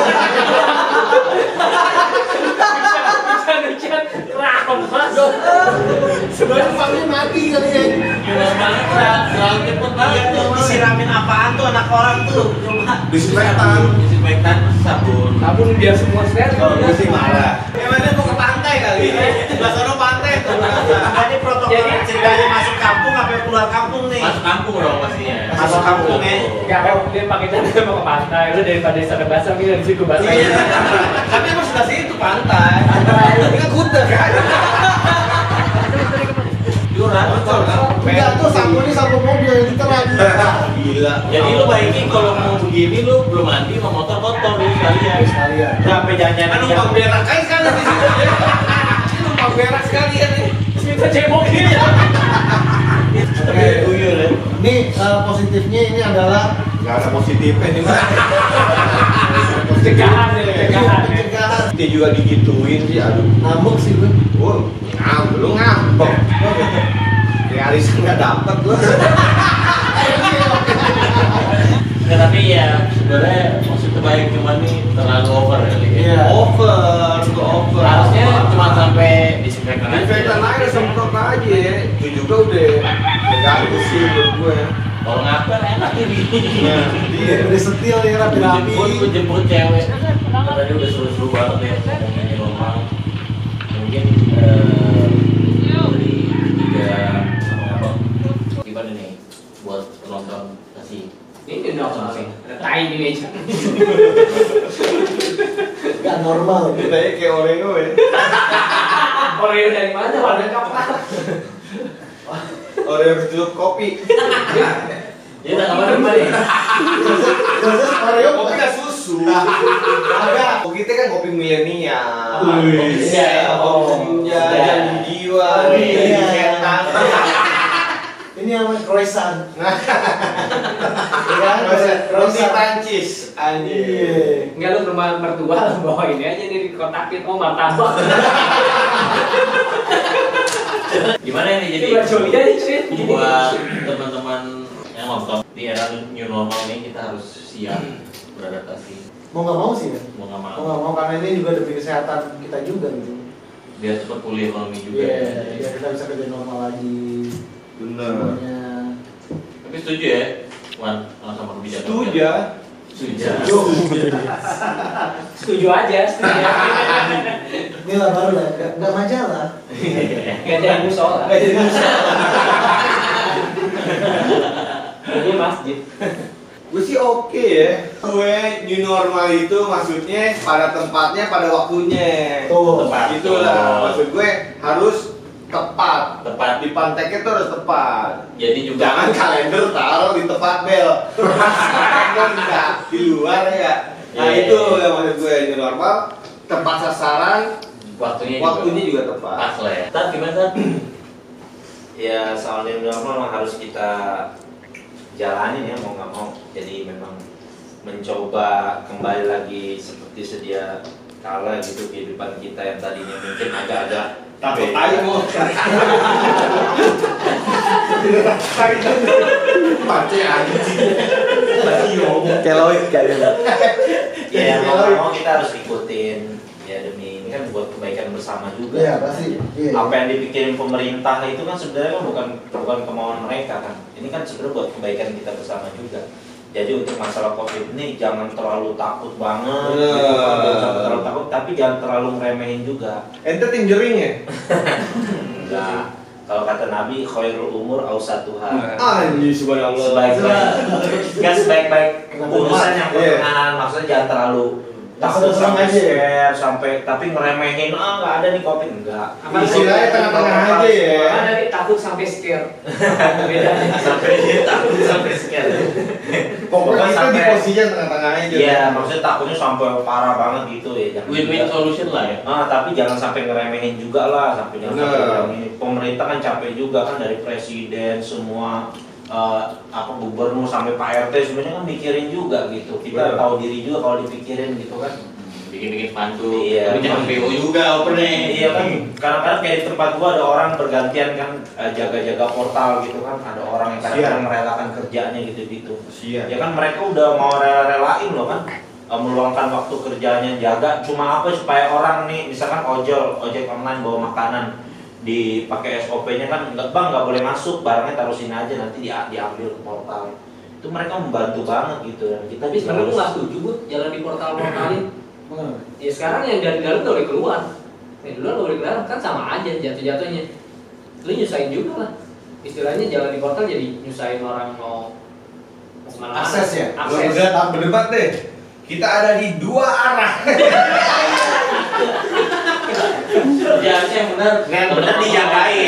Hujan-hujan keramas. Sebenarnya pangnya mati kali ya. Normalnya terlalu terlalu cepet banget. Iya, disiramin apaan tuh anak orang tuh? Coba. Disinfektan. Disinfektan sabun. Sabun biar semua steril. Oh, gue sih marah. Emangnya mau ke pantai kali? Sebelah sana pantai tuh. Ini protokol Jadi- ceritanya masuk kampung apa keluar kampung nih? Masuk kampung dong pastinya. Masuk kampung ya. Enggak, kan dia pakai cara mau ke pantai. Lu daripada di sana basah, kita di situ basah. Iya. Tapi emang sebelah situ pantai. Ini kan kuda kan? Yuran. Betul kan? Gila. Jadi lu baikin kalau mau begini lu belum mandi sama motor kotor lu sekalian. Sekalian. Sampai jangan Kan numpang berak aja kan di situ ya. Numpang berak sekalian nih. Kita cebokin ya. Oke. Tuyul ya. Ini eh, positifnya ini adalah Gak ada positifnya nih Mas. Pencegahan ya, pencegahan ya. pencegahan. Dia juga digituin sih, aduh. Ngambek sih gue. Oh, ngam, lu ngambek. Ya Arisan nggak dapet lu. Nah, tapi ya sebenarnya maksud terbaik cuman nih terlalu over kali ya. Iya. Over, tuh over. Harusnya cuma sampai disinfektan aja. Disinfektan aja, semprot aja. Itu juga udah mengganggu sih menurut gue. Kalau ngapel enak ini. Nah, Iya, udah setil ya rapi-rapi. Jemput, gue jemput cewek. Tadi udah seru-seru banget ya ngomongin normal. Mungkin eh, dari tiga apa gimana nih buat penonton kasih Ini normal sih. Ada tai di meja. Gak normal. kita ya kayak Oreo ya. Oreo dari mana? Warna coklat. Oreo kecup kopi. ya tak kabar kembali. Terus Oreo Kopi kan susu. Ada. Kopi kita kan kopi milenial. Wih. Kopi senja, kopi senja, Iya. janji jiwa, Iya. janji setan. Ini yang croissant. Ya kan? Roti Croissant. Prancis, anjir. Iya. Enggak, lu ke rumah mertua lu bawa ini aja nih dikotakin. Oh, martabak. Gimana nih jadi Coba Joli aja cuy. buat teman-teman yang nonton di era new normal ini kita harus siap beradaptasi Mau nggak mau sih ya. mau nggak Mau mau nggak mau karena ini juga demi kesehatan kita juga gitu. biar cepat pulih ekonomi juga. Iya, biar kita bisa kerja normal lagi. Bener. Semuanya. Tapi setuju ya, Wan, sama kebijakan. Setuju ya. Setuju. Setuju aja, setuju aja. Ini lah baru lah, nggak nggak majalah. Gak ada yang musola. Nggak jadi masalah. Ini masjid. Gue sih oke ya. Gue new normal itu maksudnya pada tempatnya, pada waktunya. Tuh. Tepat. Itulah maksud gue harus tepat. Tepat. Di panteknya tuh harus tepat. Jadi juga Jangan kalender taruh di tempat bel. Kalender enggak di luar ya. Nah Iya, itu iya, iya. yang maksud gue new normal, tepat sasaran, waktunya waktunya juga, juga tepat. pas lah ya. Tat gimana Tat? Ya soal new normal memang harus kita jalanin ya mau nggak mau. Jadi memang mencoba kembali lagi seperti sedia kala gitu kehidupan kita yang tadinya mungkin agak-agak Takut beda. aja mau. Pace anjing. Lagi ngomong. Keloid kayaknya. Ya mau nggak mau kita harus ikutin ya demi ini kan buat kebaikan bersama juga. Iya pasti. Iya. Apa yang dipikirin pemerintah itu kan sebenarnya kan bukan bukan kemauan mereka kan. Ini kan sebenarnya buat kebaikan kita bersama juga. Jadi untuk masalah COVID ini jangan terlalu takut banget, Bener. gitu kan. Jangan sampai terlalu takut, tapi jangan terlalu ngeremehin juga. Ente tim jering ya? Enggak. Kalau kata Nabi, khairul umur ausatuha. Anjir subhanallah. Sebaik-baik, enggak sebaik-baik urusan yang Iya. pertengahan, maksudnya jangan terlalu takut Serang sampai aja ya? share, sampai tapi ngeremehin, ah nggak ada nih COVID, enggak. Apa Istilahnya tengah-tengah aja ya. Mana tadi takut sampai setir. Bedanya. Sampai dia takut sampai sekian. Pokoknya itu Sampai- di posisinya tengah-tengah aja. Iya, maksudnya takutnya sampai parah banget gitu ya. Jangan Win-win juga. solution lah ya. Ah, tapi jangan sampai ngeremehin juga lah, sampai jangan Bener. sampai bilang ini. Pemerintah kan capek juga kan dari presiden semua eh, apa gubernur sampai Pak R T sebenarnya kan mikirin juga gitu. Kita Bener. tahu diri juga kalau dipikirin gitu kan. Bikin-bikin pantu. Iya. Tapi jangan P O juga opennya. Iya kan, kadang-kadang kayak di tempat gua ada orang bergantian kan eh, jaga-jaga portal gitu kan, ada orang yang kadang-kadang Siap. merelakan kerjanya gitu-gitu. Siap. Ya kan mereka udah mau rela-relain loh kan, eh, meluangkan waktu kerjanya jaga. Cuma apa supaya orang nih, misalkan ojol, ojek online bawa makanan, dipakai S O P-nya kan, enggak bang nggak boleh masuk, barangnya taruh sini aja nanti di, diambil ke portal. Itu mereka membantu banget gitu dan kita Tapi bisa sebenarnya gue harus- nggak setuju bu jalan di portal-portalin. Mengenai. Ya sekarang yang dari dalam nggak boleh keluar. Yang di luar nggak boleh keluar kan sama aja jatuh-jatuhnya. Lu nyusahin juga lah. Istilahnya jalan di portal jadi nyusahin orang mau mau kemana-mana. Akses ya? Akses. Udah berdebat deh. Kita ada di dua arah. Ya harusnya yang benar. Yang benar dijagain. Iya, yang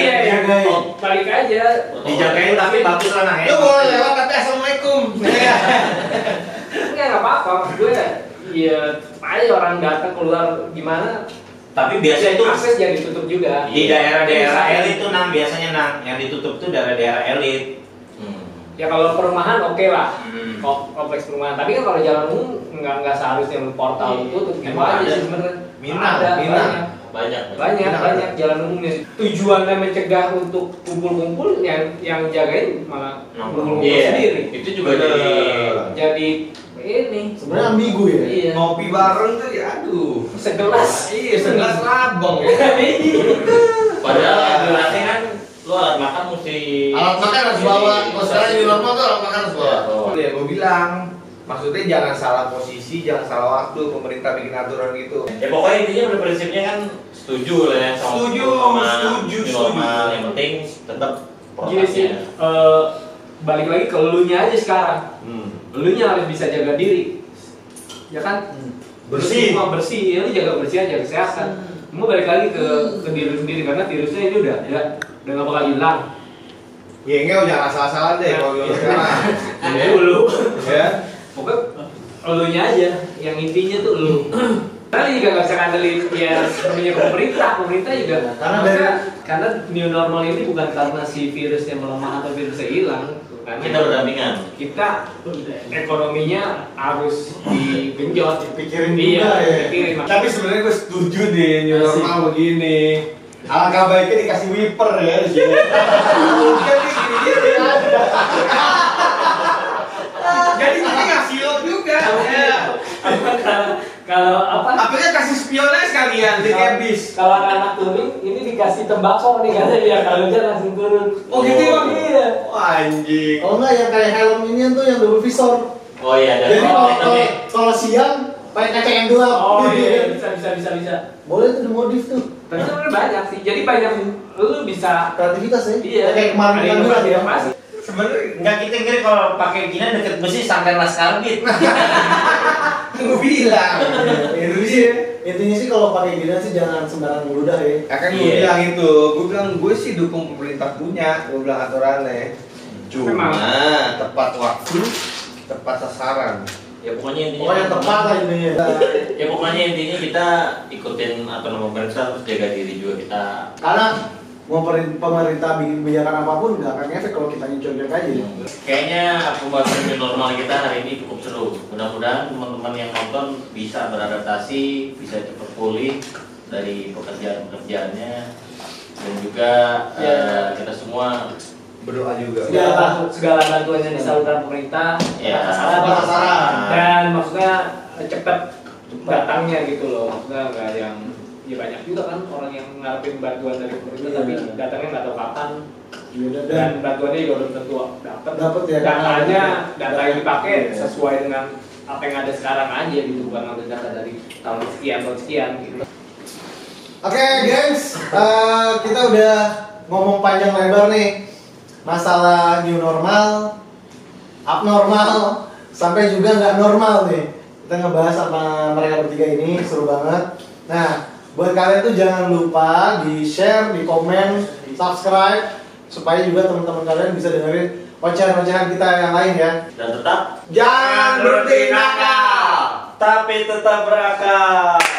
dijagain. Oh, balik aja. Dijagain tapi bagus lah nah. Lu boleh lewat tapi assalamualaikum. Enggak, nggak apa-apa. Maksud gue, ya aja orang datang keluar gimana. Tapi biasa itu akses jangan ditutup juga. di daerah-daerah elit tuh nang biasanya nang yang ditutup tuh daerah-daerah elit. Hmm. Ya kalau perumahan oke lah, Hmm. Kom- kompleks perumahan. Tapi kan kalau jalan umum nggak nggak seharusnya portal itu tutup gitu Emang aja ada. sih sebenarnya. Minang, Ada, Minang. banyak. Banyak. Banyak, Minang banyak jalan umumnya. Tujuannya mencegah untuk kumpul-kumpul, yang yang jagain malah Nongkrong. kumpul-kumpul Iya. sendiri. Itu juga jadi Jadi ini Sebenarnya ambigu ya. Iya. Ngopi bareng tuh ya aduh. Segelas. Iya, segelas labong. padahal durasi kan lu alat makan mesti Alat makan harus bawa. Kalau sekarang di normal tuh alat makan harus bawa. Iya, bawa. Ya, gue bilang, maksudnya jangan salah posisi, jangan salah waktu pemerintah bikin aturan gitu. Ya pokoknya intinya pada prinsipnya kan setuju lah ya sama Setuju, sama setuju, new normal. setuju. Yang penting tetap Gini sih, protoknya. eh, balik lagi ke elunya aja sekarang. Hmm. Elunya harus bisa jaga diri. Ya kan? Bersih. Semua bersih, ya lu jaga bersih aja, kesehatan. Kamu balik lagi ke ke diri lu sendiri karena virusnya ini udah ya udah nggak bakal hilang. Ya enggak, jangan asal-asalan deh kalau dulu sekarang. Ini dulu. Ya. Pokoknya elunya aja, yang intinya tuh elu. Karena juga nggak bisa ngandelin ya sebenarnya pemerintah, pemerintah juga Karena maksudnya, dari- karena new normal ini bukan karena si virusnya melemah atau virusnya hilang, karena Kita berdampingan. kita ekonominya harus digenjot, Dipikirin iya, juga ya. dipikirin. Tapi sebenarnya gue setuju deh new Asik. normal begini. Alangkah baiknya dikasih wiper ya di sini. Mungkin nih gini-gini ada. Jadi kita ngasih lo juga. Ya. kalau kalau apa? Apanya kasih spion aja sekalian di kayak bis. Kalau anak-anak turun, ini dikasih tembakau nih katanya biar kalau hujan langsung turun. Oh gitu ya bang? Iya. Wah anjing. Kalau enggak yang kayak helm ini tuh yang double visor. Oh iya ada. Jadi kalau Oh, kalau, tapi kalau siang pakai kaca yang gelap. Oh iya, bisa bisa bisa bisa. Boleh tuh dimodif tuh. Tapi sebenarnya banyak sih. Jadi banyak lu bisa Kreativitas ya. iya. Kayak kemarin ada kan inovasi, bilang ya. inovasi. Sebenarnya Enggak kita kira kalau pakai gini deket besi sampai las karbit. gue bilang. Itu Intinya sih. sih, intinya sih kalau pakai gini sih jangan sembarangan ngeludah ya. Ya kan gue Iya. bilang itu, gue bilang gue sih dukung pemerintah punya, gue bilang aturannya. Cuma Memang. tepat waktu, tepat sasaran. ya pokoknya intinya Pokoknya tepat lah intinya. Ya pokoknya intinya kita ikutin aturan pemerintah, terus jaga diri juga kita. Karena mau perin- pemerintah bikin kebijakan apapun nggak akan efek kalau kita nyucuk aja. Kayaknya pembahasan new normal kita hari ini cukup seru. Mudah-mudahan teman-teman yang nonton bisa beradaptasi, bisa cepat pulih dari pekerjaan-pekerjaannya, dan juga Ya. eh, kita semua Berdoa juga. Segala bantu- segala bantuan yang disalurkan pemerintah Ya. tepat sasaran. Tepat sasaran. Dan maksudnya cepat datangnya gitu loh. Maksudnya nggak yang ya banyak juga kan orang yang ngarepin bantuan dari pemerintah Iya. tapi datangnya nggak tahu kapan. Iya, dan- Dan bantuannya juga belum tentu dapat. Dapat ya. Datanya data yang dipakai Iya. sesuai dengan apa yang ada sekarang aja gitu, bukan ngambil data dari tahun sekian tahun sekian gitu. Oke guys, eh, kita udah ngomong panjang lebar nih masalah new normal, abnormal, sampai juga nggak normal nih. Kita ngebahas sama mereka bertiga ini seru banget. Nah, buat kalian tuh jangan lupa di share, di komen, subscribe supaya juga teman-teman kalian bisa dengerin ocehan-ocehan kita yang lain ya. dan tetap Jangan berhenti nakal. Tapi tetap berakal.